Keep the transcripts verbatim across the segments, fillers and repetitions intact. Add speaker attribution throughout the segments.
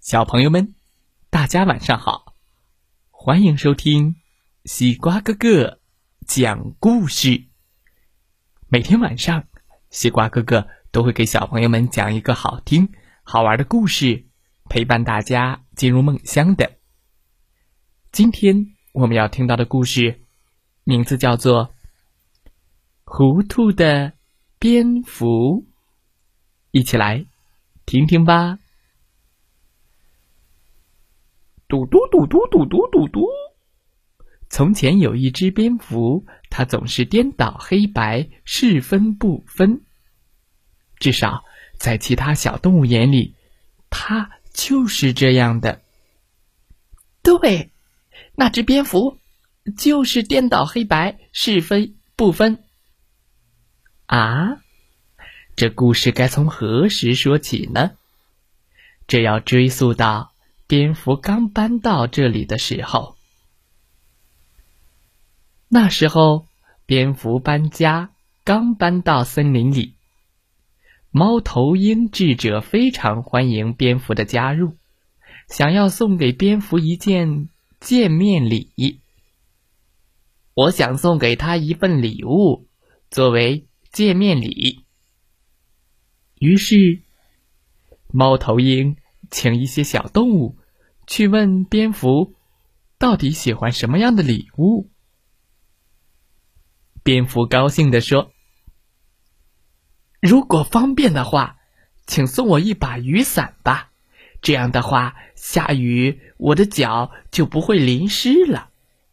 Speaker 1: 小朋友们，大家晚上好，欢迎收听西瓜哥哥讲故事。每天晚上，西瓜哥哥都会给小朋友们讲一个好听好玩的故事，陪伴大家进入梦乡的。今天我们要听到的故事名字叫做《糊涂的蝙蝠》，一起来听听吧。嘟嘟嘟嘟嘟嘟嘟嘟。从前有一只蝙蝠，它总是颠倒黑白，是分不分。至少在其他小动物眼里，它就是这样的。对，那只蝙蝠就是颠倒黑白，是非不分。啊，这故事该从何时说起呢？这要追溯到蝙蝠刚搬到这里的时候。那时候，蝙蝠搬家，刚搬到森林里。猫头鹰智者非常欢迎蝙蝠的加入，想要送给蝙蝠一件见面礼。我想送给他一份礼物，作为见面礼。于是，猫头鹰请一些小动物去问蝙蝠到底喜欢什么样的礼物。蝙蝠高兴地说，如果方便的话，请送我一把雨伞吧，这样的话下雨我的脚就不会淋湿了。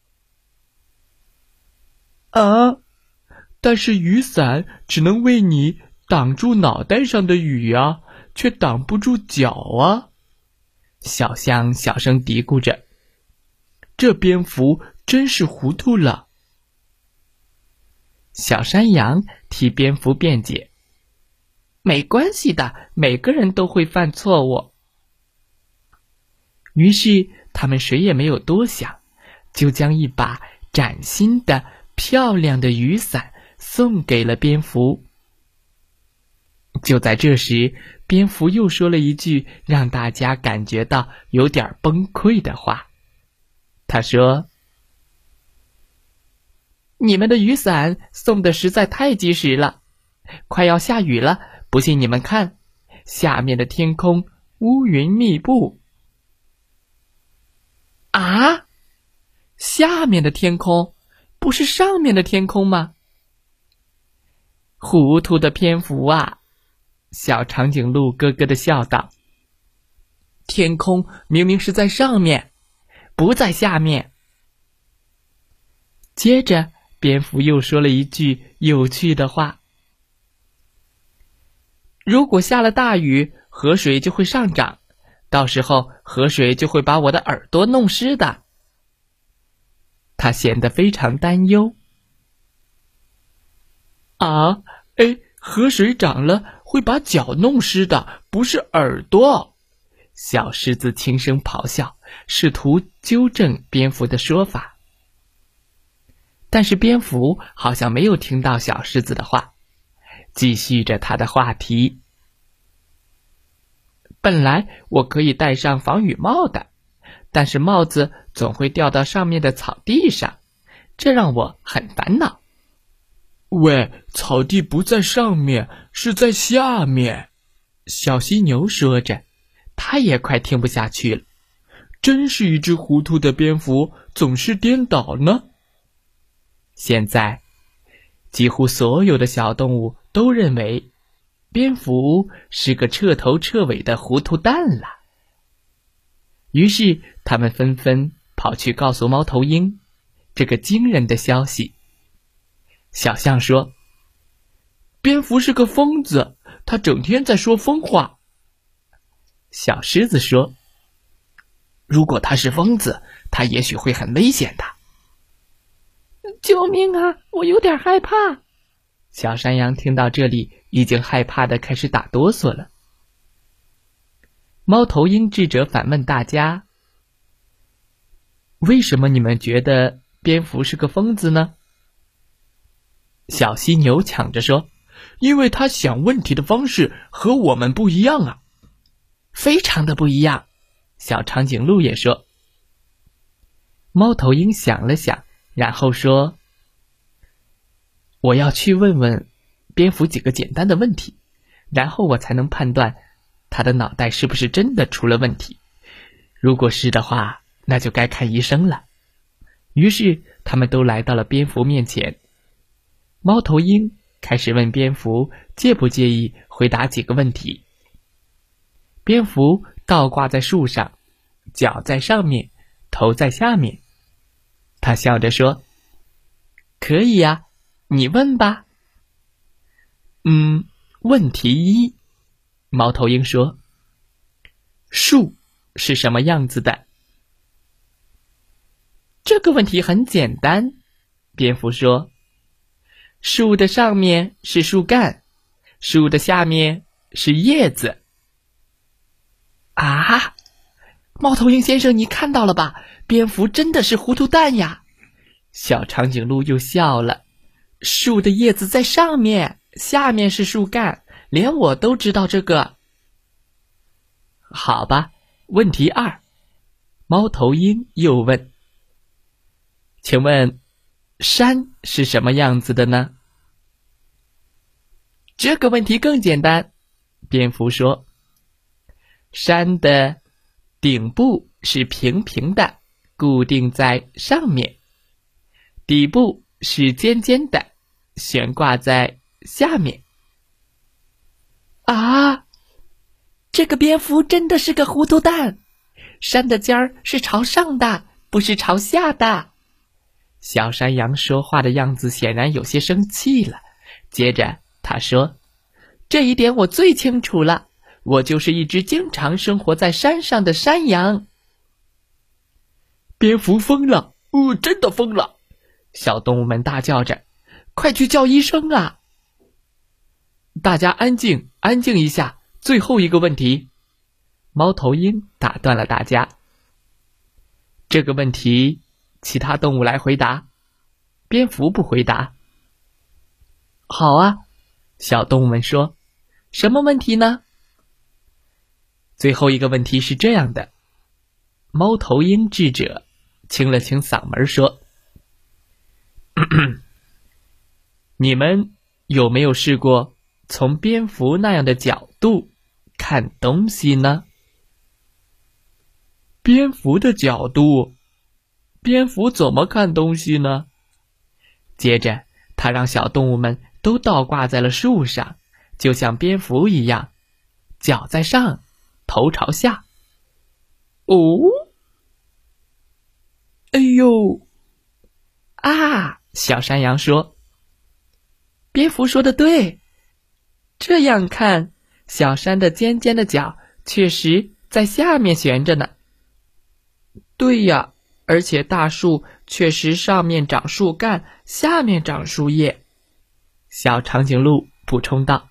Speaker 1: 啊，但是雨伞只能为你挡住脑袋上的雨啊，却挡不住脚啊。小象小声嘀咕着，这蝙蝠真是糊涂了。小山羊替蝙蝠辩解，没关系的，每个人都会犯错误。于是他们谁也没有多想，就将一把崭新的漂亮的雨伞送给了蝙蝠。就在这时，蝙蝠又说了一句让大家感觉到有点崩溃的话。他说，你们的雨伞送的实在太及时了，快要下雨了，不信你们看，下面的天空乌云密布。啊，下面的天空不是上面的天空吗？糊涂的蝙蝠啊，小长颈鹿咯咯地笑道，天空明明是在上面，不在下面。接着蝙蝠又说了一句有趣的话，如果下了大雨，河水就会上涨，到时候河水就会把我的耳朵弄湿的。他显得非常担忧。啊，哎，河水涨了会把脚弄湿的，不是耳朵。小狮子轻声咆哮，试图纠正蝙蝠的说法。但是蝙蝠好像没有听到小狮子的话，继续着他的话题。本来我可以戴上防雨帽的，但是帽子总会掉到上面的草地上，这让我很烦恼。喂，草地不在上面，是在下面。小犀牛说着，他也快听不下去了。真是一只糊涂的蝙蝠，总是颠倒呢。现在，几乎所有的小动物都认为蝙蝠是个彻头彻尾的糊涂蛋了。于是他们纷纷跑去告诉猫头鹰这个惊人的消息。小象说，蝙蝠是个疯子，他整天在说疯话。小狮子说，如果他是疯子，他也许会很危险的。救命啊，我有点害怕。小山羊听到这里，已经害怕的开始打哆嗦了。猫头鹰智者反问大家，为什么你们觉得蝙蝠是个疯子呢？小犀牛抢着说，因为他想问题的方式和我们不一样啊。非常的不一样。 小长颈鹿也说。猫头鹰想了想，然后说：我要去问问蝙蝠几个简单的问题，然后我才能判断他的脑袋是不是真的出了问题。如果是的话，那就该看医生了。于是他们都来到了蝙蝠面前。猫头鹰开始问蝙蝠介不介意回答几个问题。蝙蝠倒挂在树上，脚在上面，头在下面。他笑着说：可以呀，你问吧。嗯，问题一，猫头鹰说：树是什么样子的？这个问题很简单，蝙蝠说：树的上面是树干，树的下面是叶子。啊，猫头鹰先生，你看到了吧？蝙蝠真的是糊涂蛋呀！小长颈鹿又笑了。树的叶子在上面，下面是树干，连我都知道这个。好吧，问题二，猫头鹰又问：请问山是什么样子的呢？这个问题更简单，蝙蝠说：山的顶部是平平的，固定在上面，底部是尖尖的，悬挂在下面。啊，这个蝙蝠真的是个糊涂蛋，山的尖儿是朝上的，不是朝下的。小山羊说话的样子显然有些生气了，接着他说：这一点我最清楚了，我就是一只经常生活在山上的山羊。蝙蝠疯了，哦，真的疯了！小动物们大叫着：快去叫医生啊！大家安静，安静一下，最后一个问题。猫头鹰打断了大家。这个问题其他动物来回答，蝙蝠不回答。好啊，小动物们说。什么问题呢？最后一个问题是这样的。猫头鹰智者清了清嗓门说：咳咳，你们有没有试过从蝙蝠那样的角度看东西呢？蝙蝠的角度？蝙蝠怎么看东西呢？接着他让小动物们都倒挂在了树上，就像蝙蝠一样，脚在上，头朝下。哦，哎呦，啊，小山羊说。蝙蝠说的对，这样看，小山的尖尖的角确实在下面悬着呢。对呀，而且大树确实上面长树干，下面长树叶。小长颈鹿补充道。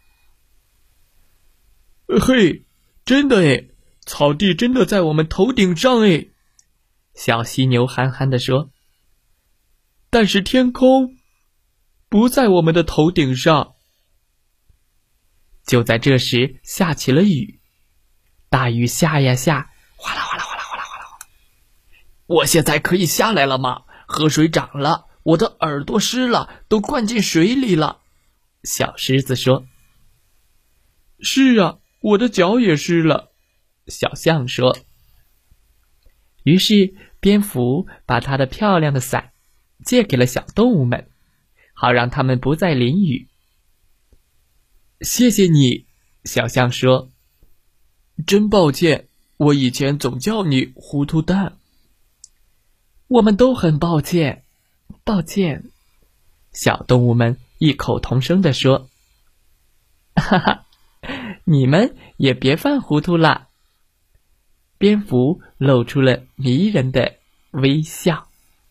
Speaker 1: 嘿，真的诶，草地真的在我们头顶上诶，小犀牛憨憨地说。但是天空不在我们的头顶上。就在这时，下起了雨，大雨下呀下，哗啦哗啦哗啦哗啦哗啦。我现在可以下来了吗？河水涨了，我的耳朵湿了，都灌进水里了。小狮子说。是啊，我的脚也湿了。小象说。于是蝙蝠把它的漂亮的伞借给了小动物们，好让它们不再淋雨。谢谢你，小象说。真抱歉，我以前总叫你糊涂蛋。我们都很抱歉，抱歉。小动物们异口同声地说。哈哈，你们也别犯糊涂了。蝙蝠露出了迷人的微笑。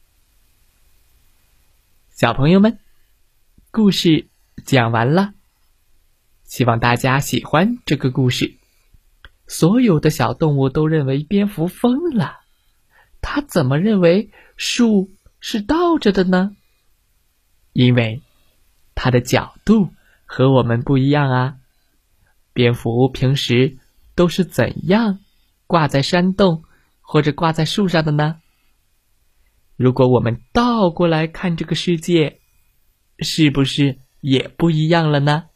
Speaker 1: 小朋友们，故事讲完了，希望大家喜欢这个故事。所有的小动物都认为蝙蝠疯了，他怎么认为树是倒着的呢？因为它的角度和我们不一样啊。蝙蝠平时都是怎样挂在山洞或者挂在树上的呢？如果我们倒过来看这个世界，是不是也不一样了呢？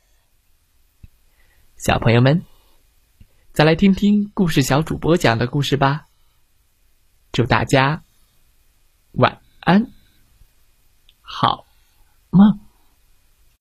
Speaker 1: 小朋友们，再来听听故事小主播讲的故事吧。祝大家晚安，好梦。